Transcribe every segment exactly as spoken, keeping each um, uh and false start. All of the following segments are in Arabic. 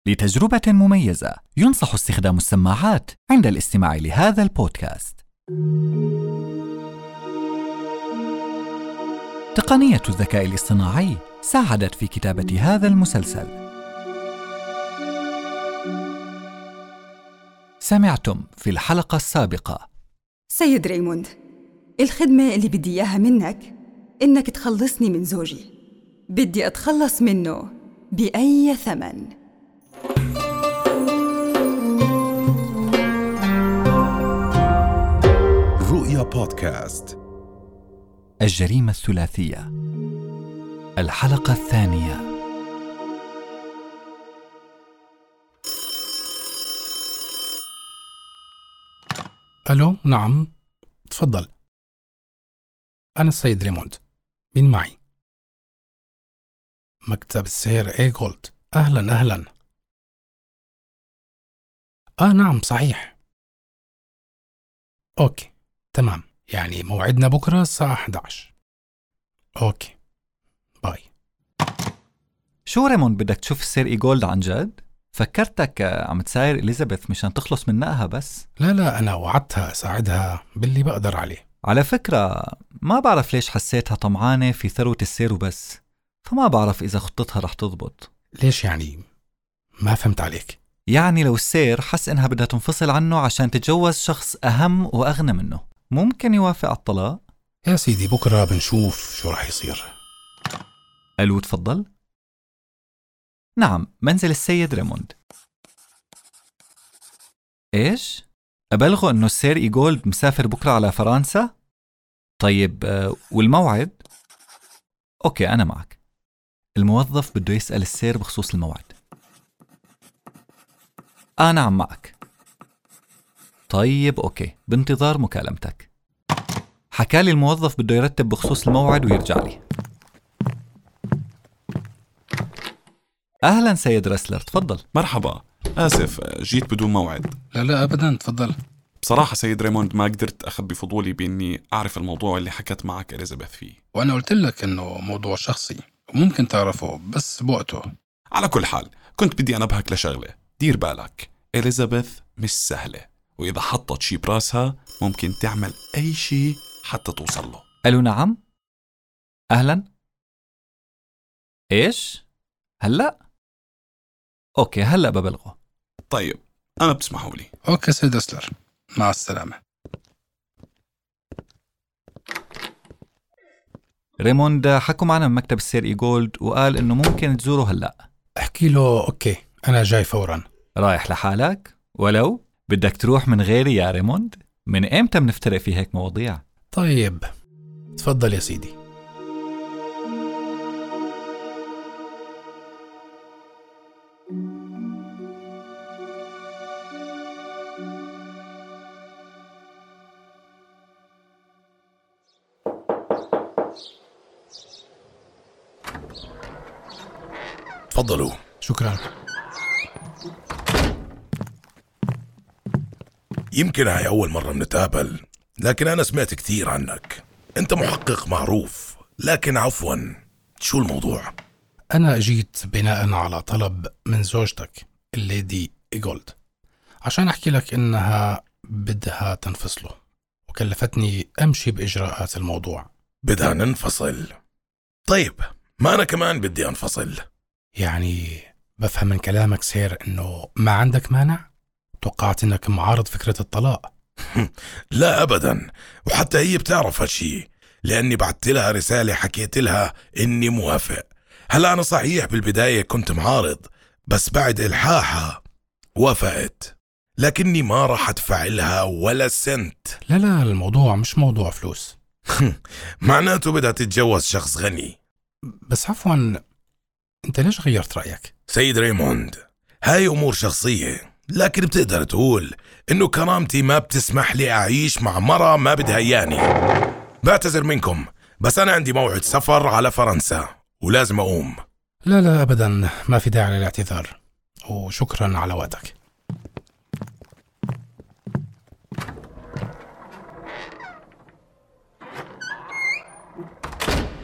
لتجربة مميزة ينصح استخدام السماعات عند الاستماع لهذا البودكاست. تقنية الذكاء الاصطناعي ساعدت في كتابة هذا المسلسل. سمعتم في الحلقة السابقة: سيد ريموند، الخدمة اللي بدي إياها منك إنك تخلصني من زوجي. بدي أتخلص منه بأي ثمن. رؤيا بودكاست. الجريمة الثلاثية، الحلقة الثانية. ألو، نعم، تفضل. أنا السيد ريموند، مين معي؟ مكتب السير إيغولد، أهلا أهلا. آه نعم صحيح. أوكي تمام، يعني موعدنا بكرة الساعة أحد عشر. أوكي باي. شو ريموند، بدك تشوف السير إيغولد عن جد؟ فكرتك عم تساير إليزابيث مشان تخلص من نقها بس. لا لا، أنا وعدتها أساعدها باللي بقدر عليه. على فكرة ما بعرف ليش حسيتها طمعانة في ثروة السير وبس، فما بعرف إذا خطتها رح تضبط. ليش يعني؟ ما فهمت عليك. يعني لو السير حس إنها بدها تنفصل عنه عشان تتجوز شخص أهم وأغنى منه، ممكن يوافق على الطلاق؟ يا سيدي بكرة بنشوف شو رح يصير. ألو تفضل. نعم، منزل السيد ريموند. إيش؟ أبلغه إنه السير إيغولد مسافر بكرة على فرنسا؟ طيب آه، والموعد؟ أوكي أنا معك. الموظف بده يسأل السير بخصوص الموعد. آه نعم معك. طيب أوكي، بانتظار مكالمتك. حكالي الموظف بده يرتب بخصوص الموعد ويرجع لي. أهلا سيد رسلر، تفضل. مرحبا، آسف جيت بدون موعد. لا لا أبدا، تفضل. بصراحة سيد ريموند ما قدرت أخبي فضولي بإني أعرف الموضوع اللي حكت معك إليزابيث فيه، وأنا قلت لك إنه موضوع شخصي وممكن تعرفه بس بوقته. على كل حال كنت بدي أنبهك لشغلة، دير بالك إليزابيث مش سهلة، وإذا حطت شي براسها ممكن تعمل أي شي حتى توصل له. ألو نعم. أهلا. إيش؟ هلأ؟ أوكي هلأ ببلغه. طيب أنا بتسمحوا لي. أوكي سيد رسلر، مع السلامة. ريموند حكوا معنا من مكتب السير إيغولد وقال إنه ممكن تزوره هلأ. احكي له أوكي أنا جاي فورا. رايح لحالك؟ ولو بدك تروح من غيري يا ريموند؟ من إمتى بنفترق في هيك مواضيع؟ طيب تفضل يا سيدي. تفضلوا. شكرا. يمكن هاي أول مرة بنتقابل، لكن أنا سمعت كثير عنك. أنت محقق معروف، لكن عفوا شو الموضوع؟ أنا جيت بناء على طلب من زوجتك الليدي إيغولد عشان أحكي لك إنها بدها تنفصله، وكلفتني أمشي بإجراءات الموضوع. بدها ننفصل؟ طيب ما أنا كمان بدي أنفصل. يعني بفهم من كلامك سير إنه ما عندك مانع؟ توقعت إنك معارض فكرة الطلاق. لا أبدا، وحتى هي بتعرف هالشي، لأني بعت لها رسالة حكيت لها إني موافق. هلا أنا صحيح بالبداية كنت معارض، بس بعد إلحاحها وافقت، لكني ما راح أدفع لها ولا سنت. لا لا، الموضوع مش موضوع فلوس. معناته بدها تتجوز شخص غني. بس عفوا، أنت ليش غيرت رأيك؟ سيد ريموند، هاي أمور شخصية، لكن بتقدر تقول إنه كرامتي ما بتسمح لي أعيش مع مرة ما بدها إياني. بعتذر منكم، بس أنا عندي موعد سفر على فرنسا ولازم أقوم. لا لا أبدا، ما في داعي للاعتذار، وشكرا على وقتك.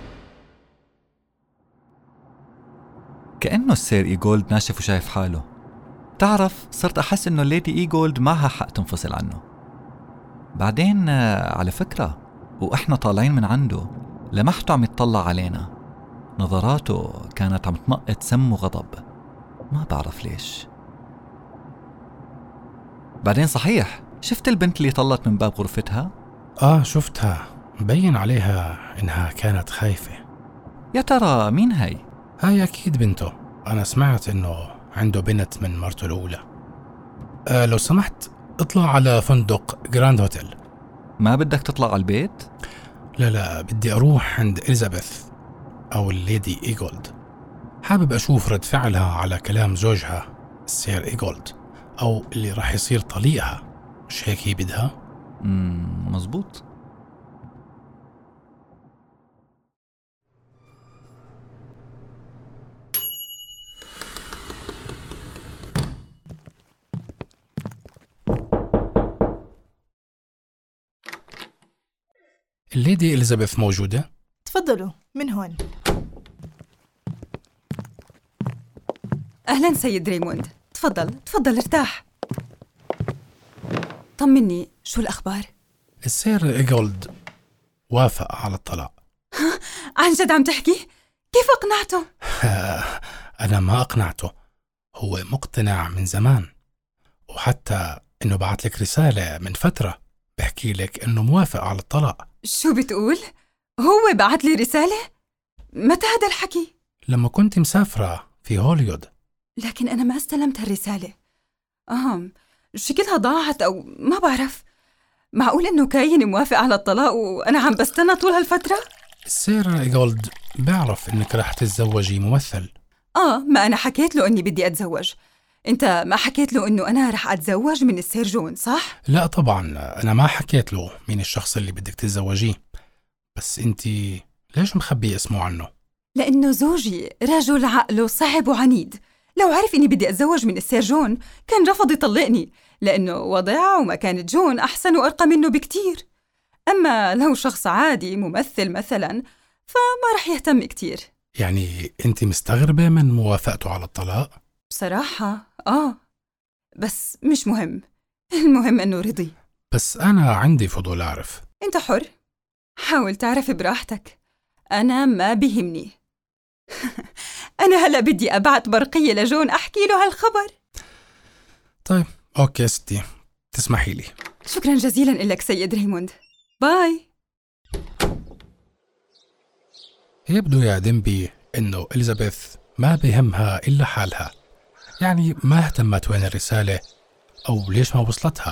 كأنه السير إيغولد ناشف وشايف حاله، تعرف صرت أحس إنه الليدي إيجولد معها حق تنفصل عنه. بعدين على فكرة وإحنا طالعين من عنده لمحته عم يتطلع علينا، نظراته كانت عم تمقت سم وغضب، ما بعرف ليش. بعدين صحيح شفت البنت اللي طلت من باب غرفتها؟ آه شفتها، مبين عليها إنها كانت خايفة. يا ترى مين هاي؟ هاي أكيد بنته، أنا سمعت إنه عنده بنت من مرته الأولى. آه لو سمحت اطلع على فندق جراند هوتيل. ما بدك تطلع على البيت؟ لا لا، بدي أروح عند إليزابيث أو الليدي إيجولد. حابب أشوف رد فعلها على كلام زوجها السير إيجولد، أو اللي راح يصير طليقها، مش هيك هي بدها؟ مم مزبوط. الليدي إليزابيث موجودة؟ تفضلوا من هون. أهلاً سيد ريموند، تفضل تفضل ارتاح. طمني، شو الأخبار؟ السير إيجولد وافق على الطلاق. عن جد عم تحكي؟ كيف أقنعته؟ أنا ما أقنعته، هو مقتنع من زمان، وحتى إنه بعت لك رسالة من فترة بحكي لك إنه موافق على الطلاق. شو بتقول؟ هو بعت لي رسالة؟ متى هذا الحكي؟ لما كنت مسافرة في هوليوود. لكن أنا ما استلمت هالرسالة. أهم شكلها ضاعت أو ما بعرف. معقول إنه كاين موافق على الطلاق وأنا عم بستنى طول هالفترة؟ السير إيجولد بيعرف إنك رح تتزوجي ممثل. آه ما أنا حكيت له إني بدي أتزوج. أنت ما حكيت له إنه أنا رح أتزوج من السير جون صح؟ لا طبعا، أنا ما حكيت له مين الشخص اللي بدك تتزوجيه، بس أنتي ليش مخبي اسمه عنه؟ لأنه زوجي رجل عقله صعب وعنيد، لو عرف إني بدي أتزوج من السير جون كان رفض يطلقني، لأنه وضع ومكانة جون أحسن وأرقى منه بكتير. أما لو شخص عادي ممثل مثلا فما رح يهتم كتير. يعني أنتي مستغربة من موافقته على الطلاق؟ بصراحة آه، بس مش مهم، المهم إنه رضي. بس أنا عندي فضول أعرف. أنت حر، حاول تعرف براحتك، أنا ما بيهمني. أنا هلأ بدي أبعت برقية لجون أحكي له هالخبر. طيب أوكي ستي، تسمحي لي. شكرا جزيلا لك سيد ريموند، باي. يبدو يا ديمبي إنه إليزابيث ما بيهمها إلا حالها، يعني ما اهتمت وين الرسالة أو ليش ما وصلتها.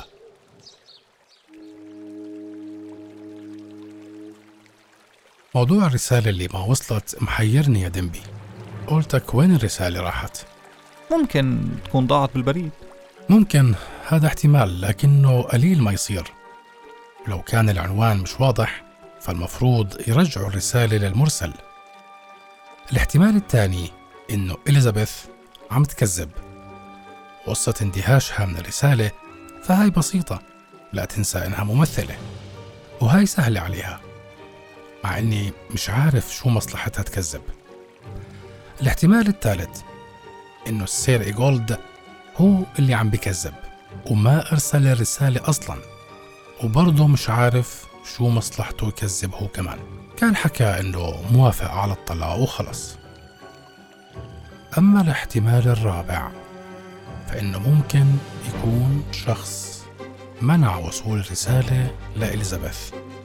موضوع الرسالة اللي ما وصلت محيرني يا ديمبي. قلتك وين الرسالة راحت؟ ممكن تكون ضاعت بالبريد. ممكن، هذا احتمال، لكنه قليل ما يصير. لو كان العنوان مش واضح فالمفروض يرجعوا الرسالة للمرسل. الاحتمال الثاني إنه إليزابيث عم تكذب. قصة اندهاشها من الرسالة فهاي بسيطة، لا تنسى إنها ممثلة وهاي سهلة عليها، مع إني مش عارف شو مصلحتها تكذب. الاحتمال الثالث إنه السير إيجولد هو اللي عم بكذب وما أرسل الرسالة أصلاً، وبرضه مش عارف شو مصلحته يكذب هو كمان. كان حكى إنه موافق على الطلاق وخلص. أما الاحتمال الرابع فإنه ممكن يكون شخص منع وصول الرسالة لإليزابيث.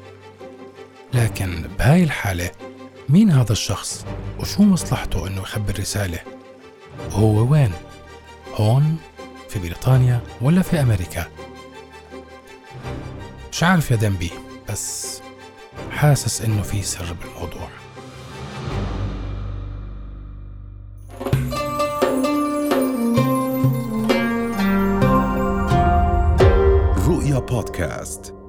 لكن بهاي الحالة مين هذا الشخص وشو مصلحته إنه يخبي الرسالة؟ وهو وين؟ هون في بريطانيا ولا في أمريكا؟ مش عارف يا دنبي، بس حاسس إنه في سر بالموضوع. رؤيا بودكاست.